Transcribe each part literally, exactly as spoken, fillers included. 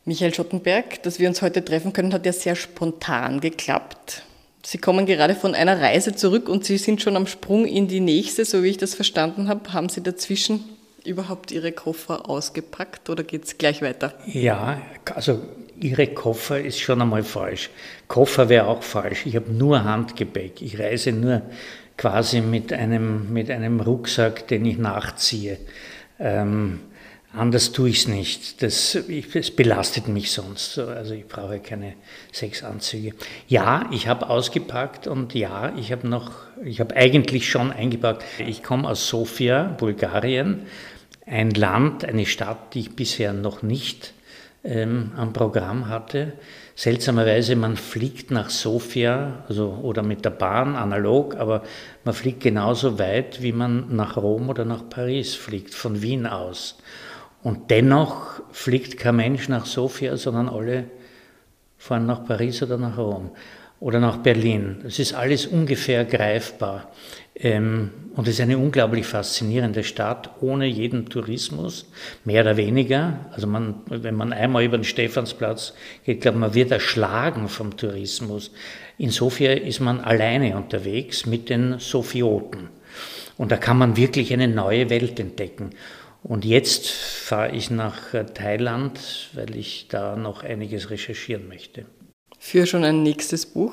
Michael Schottenberg, dass wir uns heute treffen können, hat ja sehr spontan geklappt. Sie kommen gerade von einer Reise zurück und Sie sind schon am Sprung in die nächste, so wie ich das verstanden habe. Haben Sie dazwischen überhaupt Ihre Koffer ausgepackt oder geht es gleich weiter? Ja, also Ihre Koffer ist schon einmal falsch. Koffer wäre auch falsch. Ich habe nur Handgepäck. Ich reise nur quasi mit einem, mit einem Rucksack, den ich nachziehe. Ähm, Anders tue ich es nicht. Das, ich, es belastet mich sonst. Also ich brauche keine sechs Anzüge. Ja, ich habe ausgepackt und ja, ich habe noch, ich habe eigentlich schon eingepackt. Ich komme aus Sofia, Bulgarien, ein Land, eine Stadt, die ich bisher noch nicht ähm, am Programm hatte. Seltsamerweise, man fliegt nach Sofia, also oder mit der Bahn analog, aber man fliegt genauso weit, wie man nach Rom oder nach Paris fliegt, von Wien aus. Und dennoch fliegt kein Mensch nach Sofia, sondern alle fahren nach Paris oder nach Rom oder nach Berlin. Das ist alles ungefähr greifbar. Und es ist eine unglaublich faszinierende Stadt, ohne jeden Tourismus, mehr oder weniger. Also man, wenn man einmal über den Stephansplatz geht, glaube man wird erschlagen vom Tourismus. In Sofia ist man alleine unterwegs mit den Sofioten. Und da kann man wirklich eine neue Welt entdecken. Und jetzt fahre ich nach Thailand, weil ich da noch einiges recherchieren möchte. Für schon ein nächstes Buch?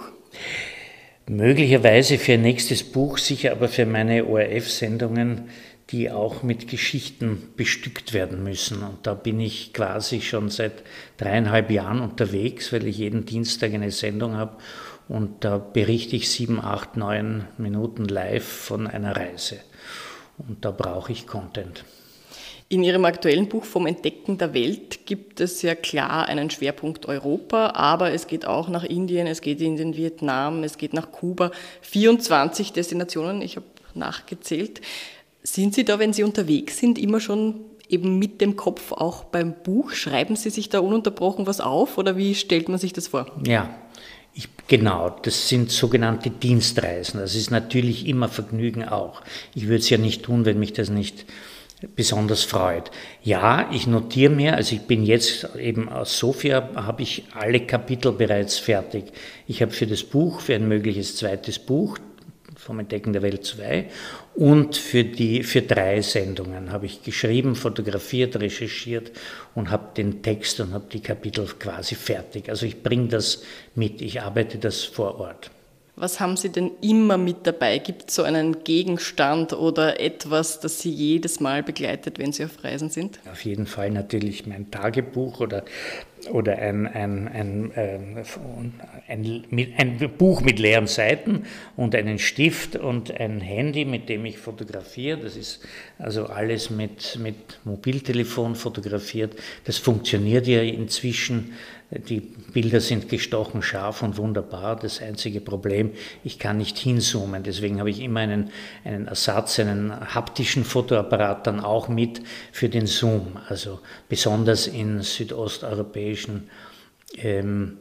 Möglicherweise für ein nächstes Buch, sicher aber für meine O R F-Sendungen, die auch mit Geschichten bestückt werden müssen. Und da bin ich quasi schon seit dreieinhalb Jahren unterwegs, weil ich jeden Dienstag eine Sendung habe. Und da berichte ich sieben, acht, neun Minuten live von einer Reise. Und da brauche ich Content. In Ihrem aktuellen Buch Vom Entdecken der Welt gibt es ja klar einen Schwerpunkt Europa, aber es geht auch nach Indien, es geht in den Vietnam, es geht nach Kuba. vierundzwanzig Destinationen, ich habe nachgezählt. Sind Sie da, wenn Sie unterwegs sind, immer schon eben mit dem Kopf auch beim Buch? Schreiben Sie sich da ununterbrochen was auf oder wie stellt man sich das vor? Ja. Ich, genau, das sind sogenannte Dienstreisen. Das ist natürlich immer Vergnügen auch. Ich würde es ja nicht tun, wenn mich das nicht besonders freut. Ja, ich notiere mir, also ich bin jetzt eben aus Sofia, habe ich alle Kapitel bereits fertig. Ich habe für das Buch, für ein mögliches zweites Buch, Vom Entdecken der Welt zwei, und für, die, für drei Sendungen habe ich geschrieben, fotografiert, recherchiert und habe den Text und habe die Kapitel quasi fertig. Also ich bringe das mit, ich arbeite das vor Ort. Was haben Sie denn immer mit dabei? Gibt es so einen Gegenstand oder etwas, das Sie jedes Mal begleitet, wenn Sie auf Reisen sind? Auf jeden Fall natürlich mein Tagebuch oder, oder ein, ein, ein, ein, ein, ein Buch mit leeren Seiten und einen Stift und ein Handy, mit dem ich fotografiere. Das ist also alles mit, mit Mobiltelefon fotografiert. Das funktioniert ja inzwischen. Die Bilder sind gestochen scharf und wunderbar. Das einzige Problem, ich kann nicht hinzoomen. Deswegen habe ich immer einen, einen Ersatz, einen haptischen Fotoapparat dann auch mit für den Zoom. Also besonders in südosteuropäischen ähm,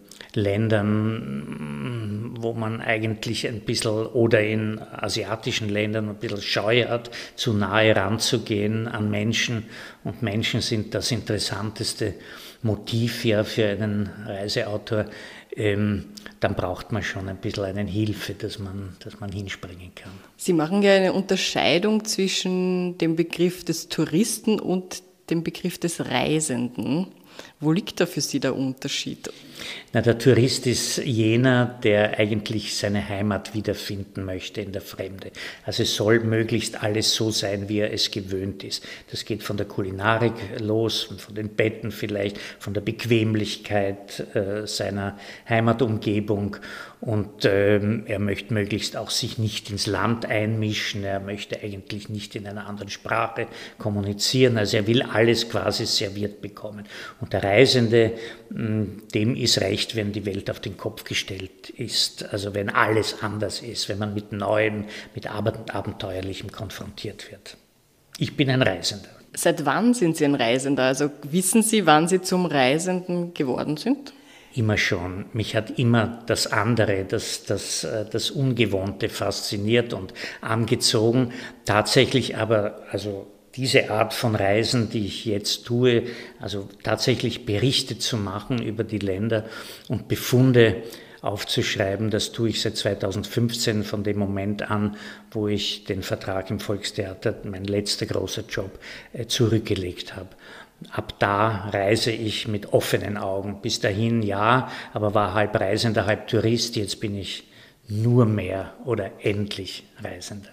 Ländern, wo man eigentlich ein bisschen, oder in asiatischen Ländern ein bisschen Scheu hat, zu nahe ranzugehen an Menschen. Und Menschen sind das interessanteste Motiv ja für einen Reiseautor, ähm, dann braucht man schon ein bisschen eine Hilfe, dass man, dass man hinspringen kann. Sie machen ja eine Unterscheidung zwischen dem Begriff des Touristen und dem Begriff des Reisenden. Wo liegt da für Sie der Unterschied? Na, der Tourist ist jener, der eigentlich seine Heimat wiederfinden möchte in der Fremde. Also es soll möglichst alles so sein, wie er es gewöhnt ist. Das geht von der Kulinarik los, von den Betten vielleicht, von der Bequemlichkeit äh, seiner Heimatumgebung. Und ähm, er möchte möglichst auch sich nicht ins Land einmischen. Er möchte eigentlich nicht in einer anderen Sprache kommunizieren. Also er will alles quasi serviert bekommen. Und der Reisende, dem ist recht, wenn die Welt auf den Kopf gestellt ist, also wenn alles anders ist, wenn man mit Neuem, mit Abenteuerlichem konfrontiert wird. Ich bin ein Reisender. Seit wann sind Sie ein Reisender? Also wissen Sie, wann Sie zum Reisenden geworden sind? Immer schon. Mich hat immer das andere, das, das, das Ungewohnte fasziniert und angezogen. Tatsächlich aber, also diese Art von Reisen, die ich jetzt tue, also tatsächlich Berichte zu machen über die Länder und Befunde aufzuschreiben, das tue ich seit zweitausendfünfzehn, von dem Moment an, wo ich den Vertrag im Volkstheater, mein letzter großer Job, zurückgelegt habe. Ab da reise ich mit offenen Augen. Bis dahin ja, aber war halb Reisender, halb Tourist. Jetzt bin ich nur mehr oder endlich Reisender.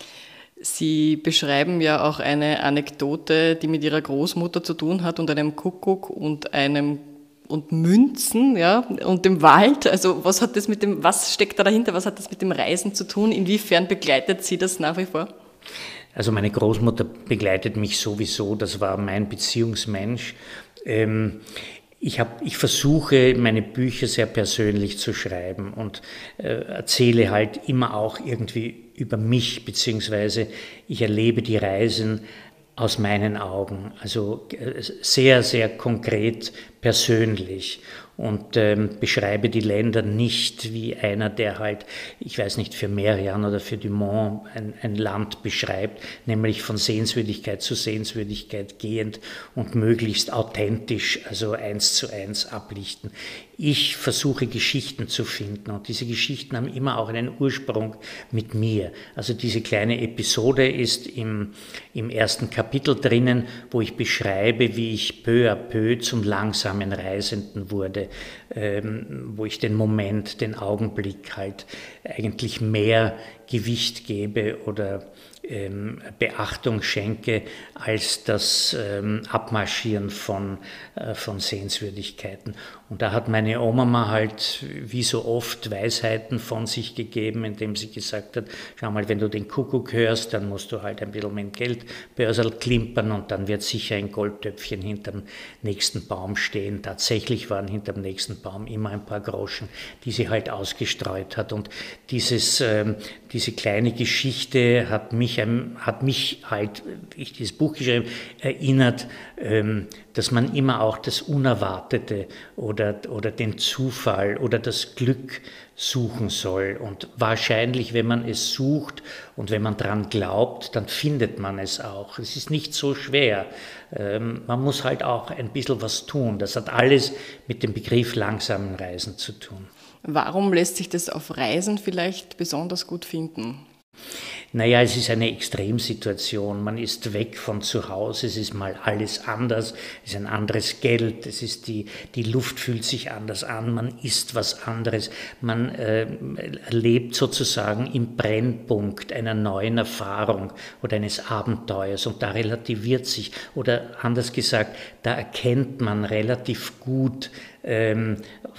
Sie beschreiben ja auch eine Anekdote, die mit Ihrer Großmutter zu tun hat und einem Kuckuck und einem und Münzen, ja, und dem Wald. Also was hat das mit dem, was steckt da dahinter? Was hat das mit dem Reisen zu tun? Inwiefern begleitet Sie das nach wie vor? Also meine Großmutter begleitet mich sowieso. Das war mein Beziehungsmensch. Ähm, Ich, hab, ich versuche, meine Bücher sehr persönlich zu schreiben und äh, erzähle halt immer auch irgendwie über mich, beziehungsweise ich erlebe die Reisen aus meinen Augen, also äh, sehr, sehr konkret persönlich und ähm, beschreibe die Länder nicht wie einer, der halt, ich weiß nicht, für Merian oder für Dumont ein, ein Land beschreibt, nämlich von Sehenswürdigkeit zu Sehenswürdigkeit gehend und möglichst authentisch, also eins zu eins ablichten. Ich versuche Geschichten zu finden und diese Geschichten haben immer auch einen Ursprung mit mir. Also diese kleine Episode ist im, im ersten Kapitel drinnen, wo ich beschreibe, wie ich peu à peu zum langsamen Reisenden wurde, ähm, wo ich den Moment, den Augenblick halt eigentlich mehr Gewicht gebe oder ähm, Beachtung schenke als das ähm, Abmarschieren von, äh, von Sehenswürdigkeiten. Und da hat meine Oma mal halt wie so oft Weisheiten von sich gegeben, indem sie gesagt hat, schau mal, wenn du den Kuckuck hörst, dann musst du halt ein bisschen mit dem Geldbörsel klimpern und dann wird sicher ein Goldtöpfchen hinterm nächsten Baum stehen. Tatsächlich waren hinterm nächsten Baum immer ein paar Groschen, die sie halt ausgestreut hat. Und dieses, ähm, diese kleine Geschichte hat mich, ähm, hat mich halt, ich dieses Buch geschrieben, erinnert, ähm, dass man immer auch das Unerwartete oder, oder den Zufall oder das Glück suchen soll. Und wahrscheinlich, wenn man es sucht und wenn man dran glaubt, dann findet man es auch. Es ist nicht so schwer. Ähm, man muss halt auch ein bisschen was tun. Das hat alles mit dem Begriff langsamen Reisen zu tun. Warum lässt sich das auf Reisen vielleicht besonders gut finden? Naja, es ist eine Extremsituation. Man ist weg von zu Hause, es ist mal alles anders, es ist ein anderes Geld, es ist die, die Luft fühlt sich anders an, man isst was anderes, man äh, lebt sozusagen im Brennpunkt einer neuen Erfahrung oder eines Abenteuers und da relativiert sich, oder anders gesagt, da erkennt man relativ gut, ähm,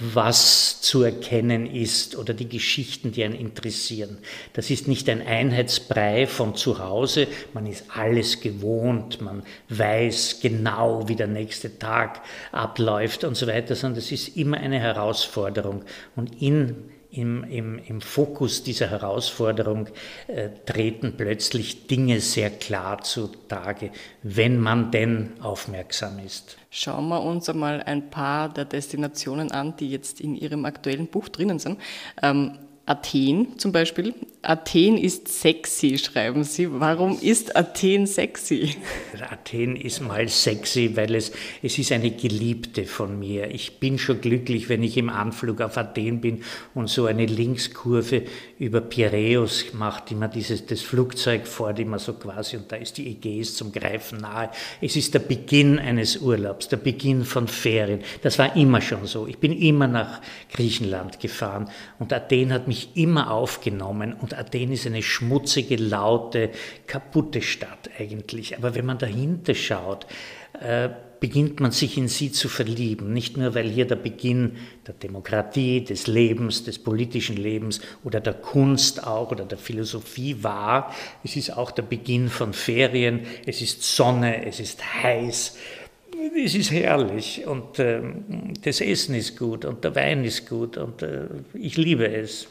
was zu erkennen ist oder die Geschichten, die einen interessieren. Das ist nicht ein Einheitsbrei von zu Hause, man ist alles gewohnt, man weiß genau, wie der nächste Tag abläuft und so weiter, sondern es ist immer eine Herausforderung und in Im, im, im Fokus dieser Herausforderung äh, treten plötzlich Dinge sehr klar zutage, wenn man denn aufmerksam ist. Schauen wir uns einmal ein paar der Destinationen an, die jetzt in Ihrem aktuellen Buch drinnen sind. Ähm, Athen zum Beispiel. Athen ist sexy, schreiben Sie. Warum ist Athen sexy? Athen ist mal sexy, weil es, es ist eine Geliebte von mir. Ich bin schon glücklich, wenn ich im Anflug auf Athen bin und so eine Linkskurve über Piräus macht, immer dieses, das Flugzeug fährt immer so quasi und da ist die Ägäis zum Greifen nahe. Es ist der Beginn eines Urlaubs, der Beginn von Ferien. Das war immer schon so. Ich bin immer nach Griechenland gefahren und Athen hat mich immer aufgenommen und Athen ist eine schmutzige, laute, kaputte Stadt eigentlich. Aber wenn man dahinter schaut, äh, beginnt man sich in sie zu verlieben. Nicht nur, weil hier der Beginn der Demokratie, des Lebens, des politischen Lebens oder der Kunst auch oder der Philosophie war. Es ist auch der Beginn von Ferien. Es ist Sonne, es ist heiß. Es ist herrlich und äh, das Essen ist gut und der Wein ist gut und äh, ich liebe es.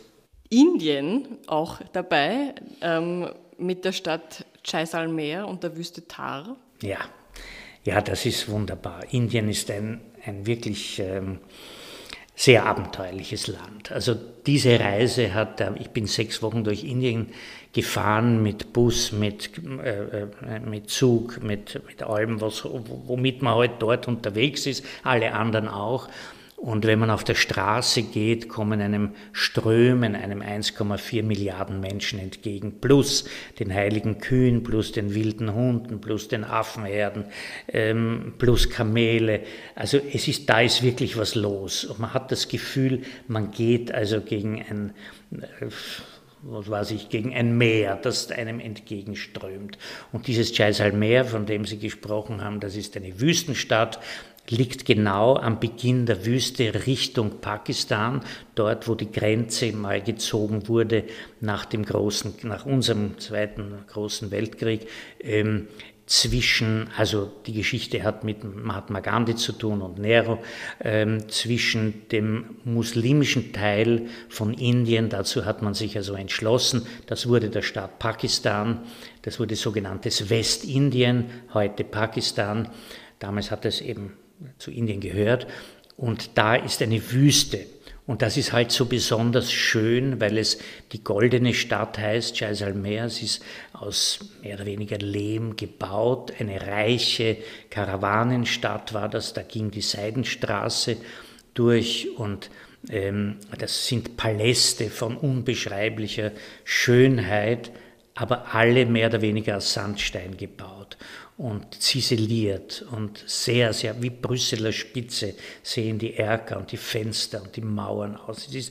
Indien auch dabei, ähm, mit der Stadt Jaisalmer und der Wüste Thar. Ja, ja, das ist wunderbar. Indien ist ein, ein wirklich ähm, sehr abenteuerliches Land. Also diese Reise hat, ich bin sechs Wochen durch Indien gefahren mit Bus, mit, äh, mit Zug, mit, mit allem, was, womit man halt dort unterwegs ist, alle anderen auch. Und wenn man auf der Straße geht, kommen einem Strömen, einem eins Komma vier Milliarden Menschen entgegen, plus den heiligen Kühen, plus den wilden Hunden, plus den Affenherden, ähm, plus Kamele. Also es ist, da ist wirklich was los. Und man hat das Gefühl, man geht also gegen ein, äh, was weiß ich, gegen ein Meer, das einem entgegenströmt. Und dieses Jaisalmer, von dem Sie gesprochen haben, das ist eine Wüstenstadt, liegt genau am Beginn der Wüste Richtung Pakistan, dort wo die Grenze mal gezogen wurde nach dem großen, nach unserem zweiten großen Weltkrieg, ähm, zwischen, also die Geschichte hat mit Mahatma Gandhi zu tun und Nehru, ähm, zwischen dem muslimischen Teil von Indien, dazu hat man sich also entschlossen, das wurde der Staat Pakistan, das wurde sogenanntes Westindien, heute Pakistan, damals hat es eben zu Indien gehört, und da ist eine Wüste. Und das ist halt so besonders schön, weil es die goldene Stadt heißt, Jaisalmer. Es ist aus mehr oder weniger Lehm gebaut. Eine reiche Karawanenstadt war das. Da ging die Seidenstraße durch und ähm, das sind Paläste von unbeschreiblicher Schönheit, aber alle mehr oder weniger aus Sandstein gebaut und ziseliert und sehr, sehr wie Brüsseler Spitze sehen die Erker und die Fenster und die Mauern aus. Es ist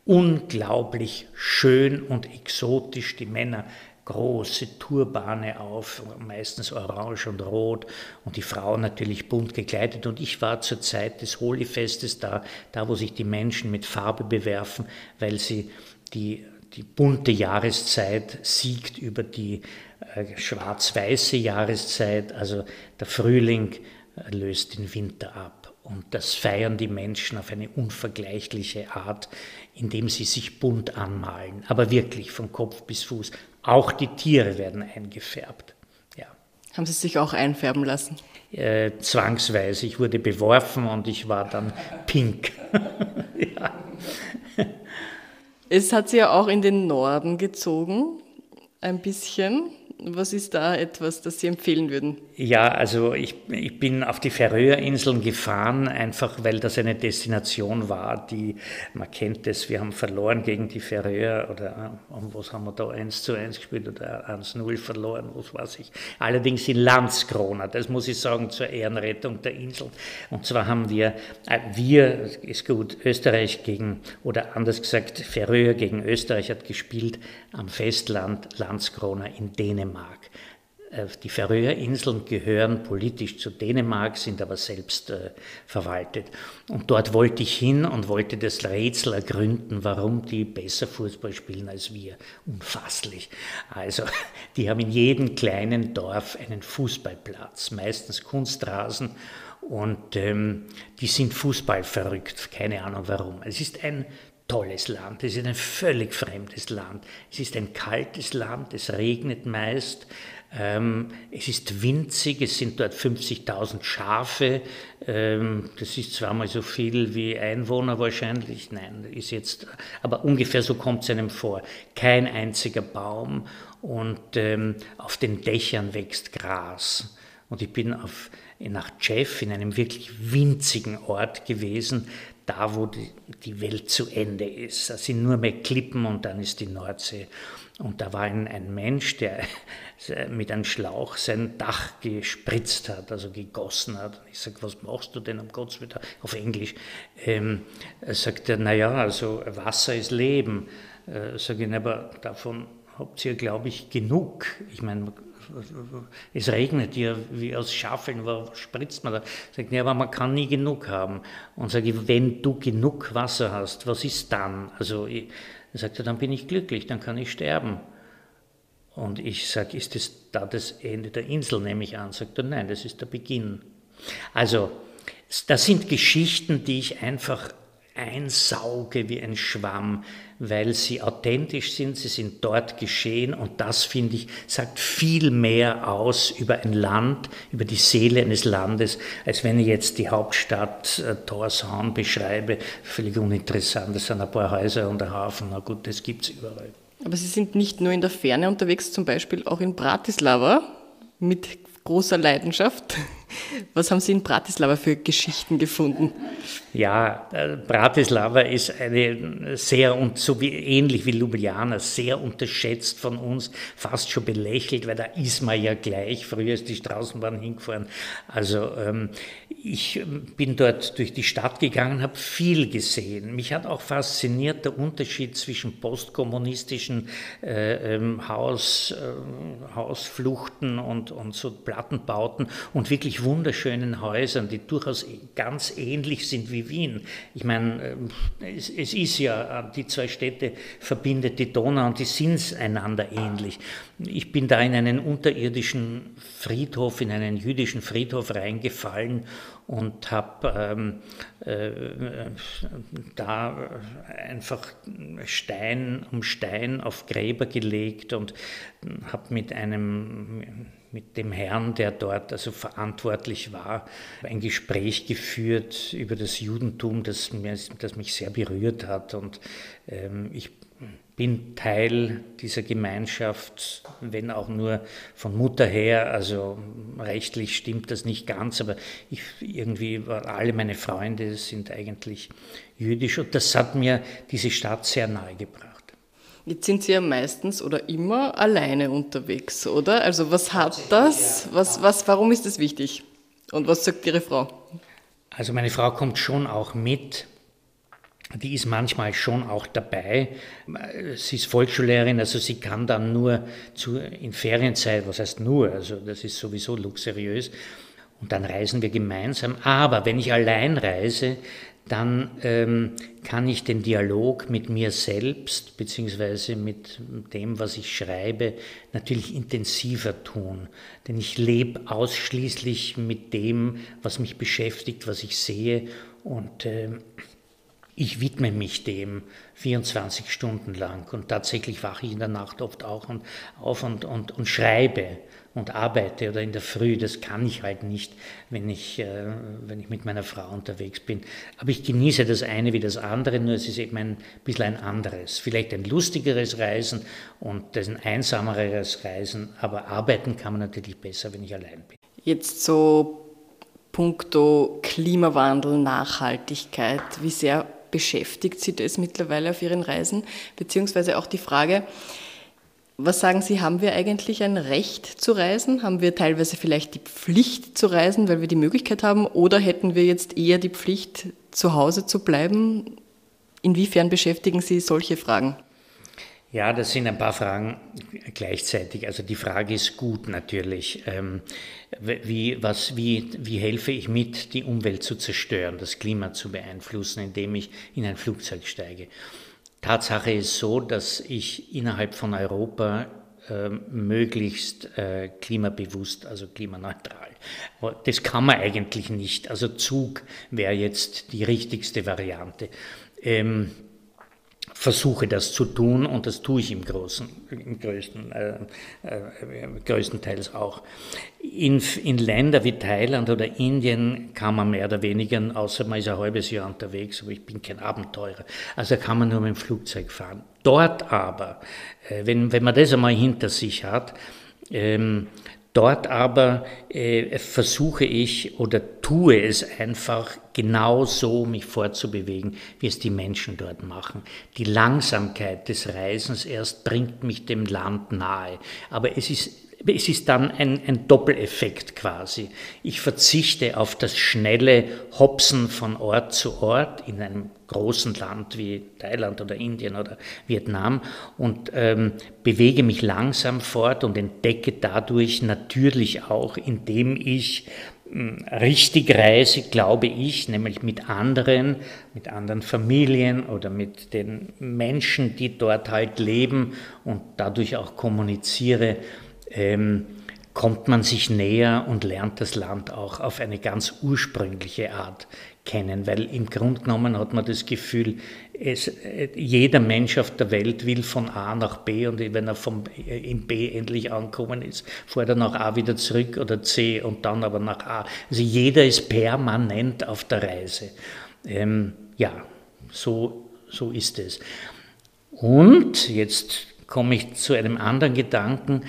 unglaublich schön und exotisch. Die Männer große Turbane auf, meistens orange und rot, und die Frauen natürlich bunt gekleidet. Und ich war zur Zeit des Holifestes da, da wo sich die Menschen mit Farbe bewerfen, weil sie die Die bunte Jahreszeit siegt über die äh, schwarz-weiße Jahreszeit, also der Frühling äh, löst den Winter ab. Und das feiern die Menschen auf eine unvergleichliche Art, indem sie sich bunt anmalen, aber wirklich von Kopf bis Fuß. Auch die Tiere werden eingefärbt. Ja. Haben Sie sich auch einfärben lassen? Äh, zwangsweise. Ich wurde beworfen und ich war dann pink. Ja. Es hat Sie ja auch in den Norden gezogen, ein bisschen. Was ist da etwas, das Sie empfehlen würden? Ja, also ich, ich bin auf die Färöerinseln gefahren, einfach weil das eine Destination war, die, man kennt es, wir haben verloren gegen die Färöer, oder um was haben wir da, eins zu eins gespielt oder eins null verloren, was weiß ich. Allerdings in Landskrona, das muss ich sagen, zur Ehrenrettung der Insel. Und zwar haben wir, wir, ist gut, Österreich gegen, oder anders gesagt, Färöer gegen Österreich hat gespielt am Festland Landskrona in Dänemark. Die Färöerinseln gehören politisch zu Dänemark, sind aber selbst äh, verwaltet. Und dort wollte ich hin und wollte das Rätsel ergründen, warum die besser Fußball spielen als wir. Unfasslich. Also, die haben in jedem kleinen Dorf einen Fußballplatz, meistens Kunstrasen, und ähm, die sind fußballverrückt, keine Ahnung warum. Es ist ein tolles Land, es ist ein völlig fremdes Land. Es ist ein kaltes Land, es regnet meist. Ähm, es ist winzig, es sind dort fünfzigtausend Schafe, ähm, das ist zweimal so viel wie Einwohner wahrscheinlich, nein, ist jetzt, aber ungefähr so kommt es einem vor. Kein einziger Baum, und ähm, auf den Dächern wächst Gras. Und ich bin auf, nach Chef in einem wirklich winzigen Ort gewesen, da wo die, die Welt zu Ende ist. Da sind nur mehr Klippen und dann ist die Nordsee. Und da war ein, ein Mensch, der mit einem Schlauch sein Dach gespritzt hat, also gegossen hat. Und ich sage, was machst du denn um Gottes Willen? Auf Englisch. Ähm, er sagt er, naja, also Wasser ist Leben. Äh, sage ich, aber davon habt ihr, glaube ich, genug. Ich meine, es regnet hier wie aus Schaffeln, was spritzt man da? Sagt, ja, aber man kann nie genug haben. Und sage ich, wenn du genug Wasser hast, was ist dann? Also ich, er sagt, dann bin ich glücklich, dann kann ich sterben. Und ich sage, ist das da das Ende der Insel, nehme ich an? Sagt er, nein, das ist der Beginn. Also das sind Geschichten, die ich einfach einsauge wie ein Schwamm, weil sie authentisch sind, sie sind dort geschehen und das, finde ich, sagt viel mehr aus über ein Land, über die Seele eines Landes, als wenn ich jetzt die Hauptstadt äh, Tórshavn beschreibe. Völlig uninteressant, das sind ein paar Häuser und ein Hafen, na gut, das gibt es überall. Aber Sie sind nicht nur in der Ferne unterwegs, zum Beispiel auch in Bratislava mit großer Leidenschaft. Was haben Sie in Bratislava für Geschichten gefunden? Ja, Bratislava ist eine sehr, und so wie, ähnlich wie Ljubljana, sehr unterschätzt von uns, fast schon belächelt, weil da ist man ja gleich, früher ist die Straßenbahn hingefahren. Also ähm, ich bin dort durch die Stadt gegangen, habe viel gesehen. Mich hat auch fasziniert der Unterschied zwischen postkommunistischen äh, ähm, Haus, äh, Hausfluchten und, und so Plattenbauten und wirklich wunderschönen Häusern, die durchaus ganz ähnlich sind wie Wien. Ich meine, es, es ist ja, die zwei Städte verbindet die Donau und die sind einander ähnlich. Ich bin da in einen unterirdischen Friedhof, in einen jüdischen Friedhof reingefallen und habe ähm, äh, da einfach Stein um Stein auf Gräber gelegt und habe mit einem, mit dem Herrn, der dort also verantwortlich war, ein Gespräch geführt über das Judentum, das, mir, das mich sehr berührt hat und ähm, ich bin Teil dieser Gemeinschaft, wenn auch nur von Mutter her, also rechtlich stimmt das nicht ganz, aber ich, irgendwie alle meine Freunde sind eigentlich jüdisch und das hat mir diese Stadt sehr nahe gebracht. Jetzt sind Sie ja meistens oder immer alleine unterwegs, oder? Also was hat das? Was, was, warum ist das wichtig? Und was sagt Ihre Frau? Also meine Frau kommt schon auch mit. Die ist manchmal schon auch dabei. Sie ist Volksschullehrerin, also sie kann dann nur zu, in Ferienzeit, was heißt nur, also das ist sowieso luxuriös. Und dann reisen wir gemeinsam. Aber wenn ich allein reise, dann ähm, kann ich den Dialog mit mir selbst beziehungsweise mit dem, was ich schreibe, natürlich intensiver tun. Denn ich lebe ausschließlich mit dem, was mich beschäftigt, was ich sehe und äh, ich widme mich dem vierundzwanzig Stunden lang und tatsächlich wache ich in der Nacht oft auch und, auf und, und, und schreibe und arbeite oder in der Früh. Das kann ich halt nicht, wenn ich, äh, wenn ich mit meiner Frau unterwegs bin. Aber ich genieße das eine wie das andere, nur es ist eben ein bisschen ein anderes. Vielleicht ein lustigeres Reisen und ein einsameres Reisen, aber arbeiten kann man natürlich besser, wenn ich allein bin. Jetzt so puncto Klimawandel, Nachhaltigkeit, wie sehr beschäftigt Sie das mittlerweile auf Ihren Reisen? Beziehungsweise auch die Frage, was sagen Sie, haben wir eigentlich ein Recht zu reisen? Haben wir teilweise vielleicht die Pflicht zu reisen, weil wir die Möglichkeit haben? Oder hätten wir jetzt eher die Pflicht, zu Hause zu bleiben? Inwiefern beschäftigen Sie solche Fragen? Ja, das sind ein paar Fragen gleichzeitig. Also die Frage ist gut natürlich. Ähm, wie, was, wie, wie helfe ich mit, die Umwelt zu zerstören, das Klima zu beeinflussen, indem ich in ein Flugzeug steige? Tatsache ist so, dass ich innerhalb von Europa äh, möglichst äh, klimabewusst, also klimaneutral. Das kann man eigentlich nicht. Also Zug wäre jetzt die richtigste Variante. Ähm, versuche das zu tun und das tue ich im Großen, im größten, äh, äh, größtenteils auch. In, in Länder wie Thailand oder Indien kann man mehr oder weniger, außer man ist ein halbes Jahr unterwegs, aber ich bin kein Abenteurer, also kann man nur mit dem Flugzeug fahren. Dort aber, äh, wenn, wenn man das einmal hinter sich hat, ähm, Dort aber äh, versuche ich oder tue es einfach genau so, mich fortzubewegen, wie es die Menschen dort machen. Die Langsamkeit des Reisens erst bringt mich dem Land nahe, aber es ist Es ist dann ein, ein Doppeleffekt quasi. Ich verzichte auf das schnelle Hopsen von Ort zu Ort in einem großen Land wie Thailand oder Indien oder Vietnam und ähm, bewege mich langsam fort und entdecke dadurch natürlich auch, indem ich äh, richtig reise, glaube ich, nämlich mit anderen, mit anderen Familien oder mit den Menschen, die dort halt leben und dadurch auch kommuniziere, Ähm, kommt man sich näher und lernt das Land auch auf eine ganz ursprüngliche Art kennen, weil im Grunde genommen hat man das Gefühl, es, jeder Mensch auf der Welt will von A nach B und wenn er vom, in B endlich angekommen ist, fährt er nach A wieder zurück oder C und dann aber nach A. Also jeder ist permanent auf der Reise. Ähm, ja, so, so ist es. Und jetzt komme ich zu einem anderen Gedanken.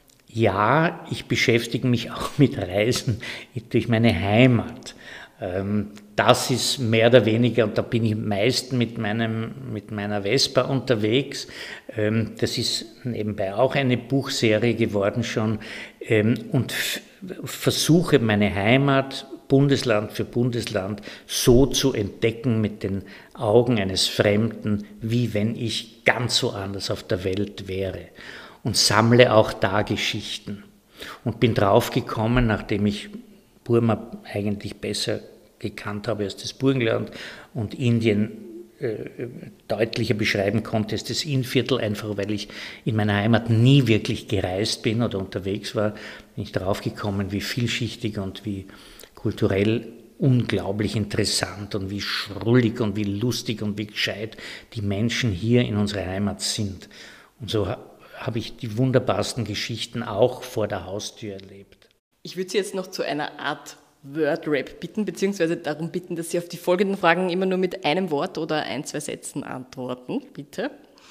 Ja, ich beschäftige mich auch mit Reisen durch meine Heimat. Das ist mehr oder weniger, und da bin ich am meisten mit, meinem, mit meiner Vespa unterwegs. Das ist nebenbei auch eine Buchserie geworden schon und versuche meine Heimat Bundesland für Bundesland so zu entdecken mit den Augen eines Fremden, wie wenn ich ganz so anders auf der Welt wäre. Und sammle auch da Geschichten. Und bin draufgekommen, nachdem ich Burma eigentlich besser gekannt habe als das Burgenland und Indien äh, deutlicher beschreiben konnte als das Innviertel, einfach weil ich in meiner Heimat nie wirklich gereist bin oder unterwegs war, bin ich draufgekommen, wie vielschichtig und wie kulturell unglaublich interessant und wie schrullig und wie lustig und wie gescheit die Menschen hier in unserer Heimat sind. Und so habe ich die wunderbarsten Geschichten auch vor der Haustür erlebt. Ich würde Sie jetzt noch zu einer Art Word-Rap bitten, beziehungsweise darum bitten, dass Sie auf die folgenden Fragen immer nur mit einem Wort oder ein, zwei Sätzen antworten, bitte.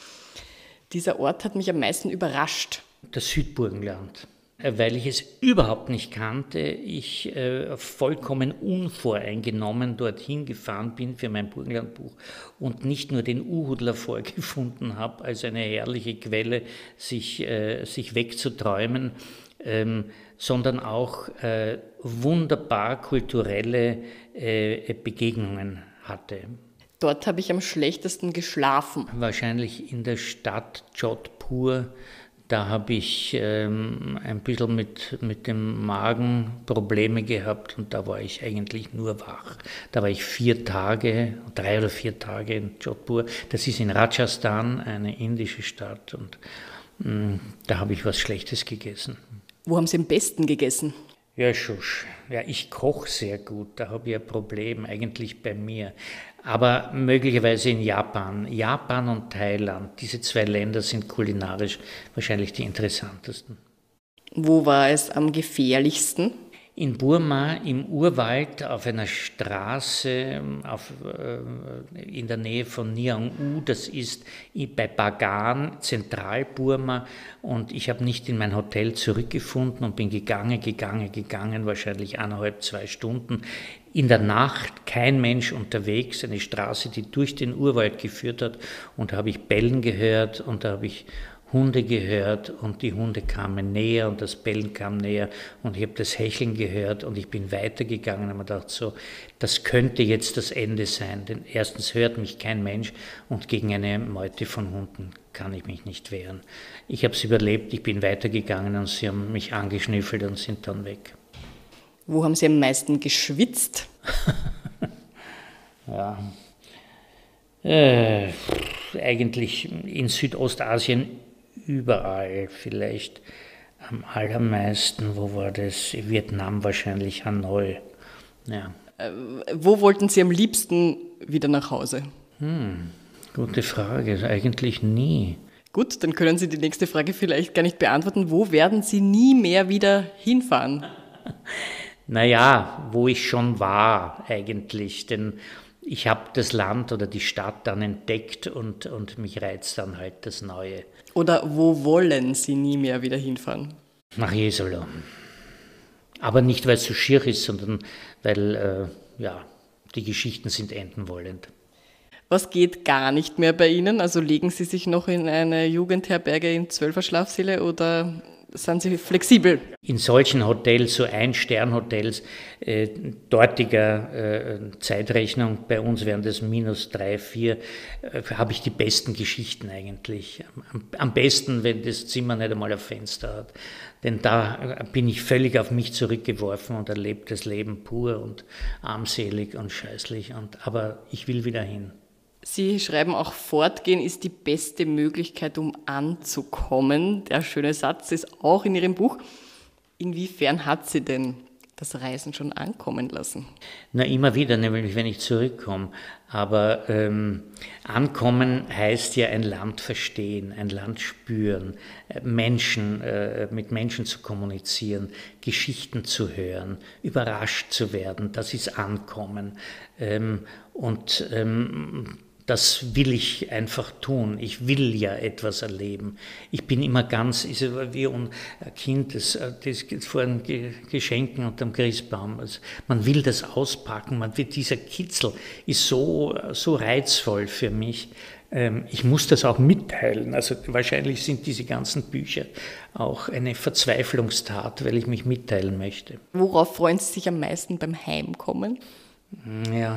Dieser Ort hat mich am meisten überrascht. Das Südburgenland, weil ich es überhaupt nicht kannte, ich äh, vollkommen unvoreingenommen dorthin gefahren bin für mein Burgenlandbuch und nicht nur den Uhudler vorgefunden habe, als eine herrliche Quelle, sich, äh, sich wegzuträumen, ähm, sondern auch äh, wunderbar kulturelle äh, Begegnungen hatte. Dort habe ich am schlechtesten geschlafen. Wahrscheinlich in der Stadt Jodhpur. Da habe ich ähm, ein bisschen mit, mit dem Magen Probleme gehabt und da war ich eigentlich nur wach. Da war ich vier Tage, drei oder vier Tage in Jodhpur. Das ist in Rajasthan, eine indische Stadt, und mh, da habe ich was Schlechtes gegessen. Wo haben Sie am besten gegessen? Ja, Schusch. Ja, ich koche sehr gut, da habe ich ein Problem, eigentlich bei mir. Aber möglicherweise in Japan. Japan und Thailand, diese zwei Länder sind kulinarisch wahrscheinlich die interessantesten. Wo war es am gefährlichsten? In Burma, im Urwald, auf einer Straße auf, äh, in der Nähe von Niang-U, das ist bei Bagan, Zentralburma, und ich habe nicht in mein Hotel zurückgefunden und bin gegangen, gegangen, gegangen, wahrscheinlich eineinhalb, zwei Stunden. In der Nacht kein Mensch unterwegs, eine Straße, die durch den Urwald geführt hat, und da habe ich Bellen gehört und da habe ich Hunde gehört und die Hunde kamen näher und das Bellen kam näher und ich habe das Hecheln gehört und ich bin weitergegangen und habe mir gedacht, so, das könnte jetzt das Ende sein, denn erstens hört mich kein Mensch und gegen eine Meute von Hunden kann ich mich nicht wehren. Ich habe es überlebt, ich bin weitergegangen und sie haben mich angeschnüffelt und sind dann weg. Wo haben Sie am meisten geschwitzt? ja, äh, eigentlich in Südostasien überall, vielleicht am allermeisten, wo war das? Vietnam wahrscheinlich, Hanoi. Ja. Äh, wo wollten Sie am liebsten wieder nach Hause? Hm, gute Frage, eigentlich nie. Gut, dann können Sie die nächste Frage vielleicht gar nicht beantworten. Wo werden Sie nie mehr wieder hinfahren? Naja, wo ich schon war eigentlich, denn ich habe das Land oder die Stadt dann entdeckt und, und mich reizt dann halt das Neue. Oder wo wollen Sie nie mehr wieder hinfahren? Nach Jesolo. Aber nicht, weil es so schier ist, sondern weil äh, ja, die Geschichten sind enden wollend. Was geht gar nicht mehr bei Ihnen? Also legen Sie sich noch in eine Jugendherberge in Zwölfer-Schlafsäle oder sind Sie flexibel? In solchen Hotels, so Ein-Stern-Hotels, äh, dortiger äh, Zeitrechnung, bei uns wären das minus drei, vier, äh, habe ich die besten Geschichten eigentlich. Am, am besten, wenn das Zimmer nicht einmal ein Fenster hat. Denn da bin ich völlig auf mich zurückgeworfen und erlebe das Leben pur und armselig und scheißlich. Und, aber ich will wieder hin. Sie schreiben auch, fortgehen ist die beste Möglichkeit, um anzukommen. Der schöne Satz ist auch in Ihrem Buch. Inwiefern hat Sie denn das Reisen schon ankommen lassen? Na, immer wieder, nämlich wenn ich zurückkomme. Aber ähm, ankommen heißt ja ein Land verstehen, ein Land spüren, Menschen, äh, mit Menschen zu kommunizieren, Geschichten zu hören, überrascht zu werden. Das ist Ankommen. Ähm, und ähm, das will ich einfach tun. Ich will ja etwas erleben. Ich bin immer ganz, ist wie ein Kind, das, das geht vor den Geschenken unterm Christbaum. Also man will das auspacken. Man will, dieser Kitzel ist so, so reizvoll für mich. Ich muss das auch mitteilen. Also wahrscheinlich sind diese ganzen Bücher auch eine Verzweiflungstat, weil ich mich mitteilen möchte. Worauf freuen Sie sich am meisten beim Heimkommen? Ja.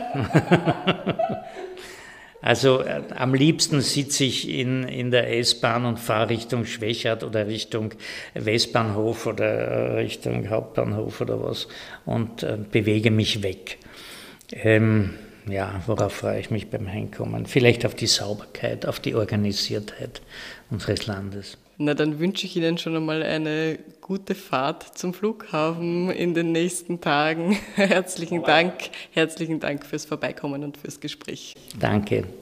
Also äh, am liebsten sitze ich in, in der S-Bahn und fahre Richtung Schwechat oder Richtung Westbahnhof oder äh, Richtung Hauptbahnhof oder was und äh, bewege mich weg. Ähm, ja, worauf freue ich mich beim Heimkommen? Vielleicht auf die Sauberkeit, auf die Organisiertheit unseres Landes. Na, dann wünsche ich Ihnen schon einmal eine gute Fahrt zum Flughafen in den nächsten Tagen. Herzlichen Dank, herzlichen Dank fürs Vorbeikommen und fürs Gespräch. Danke.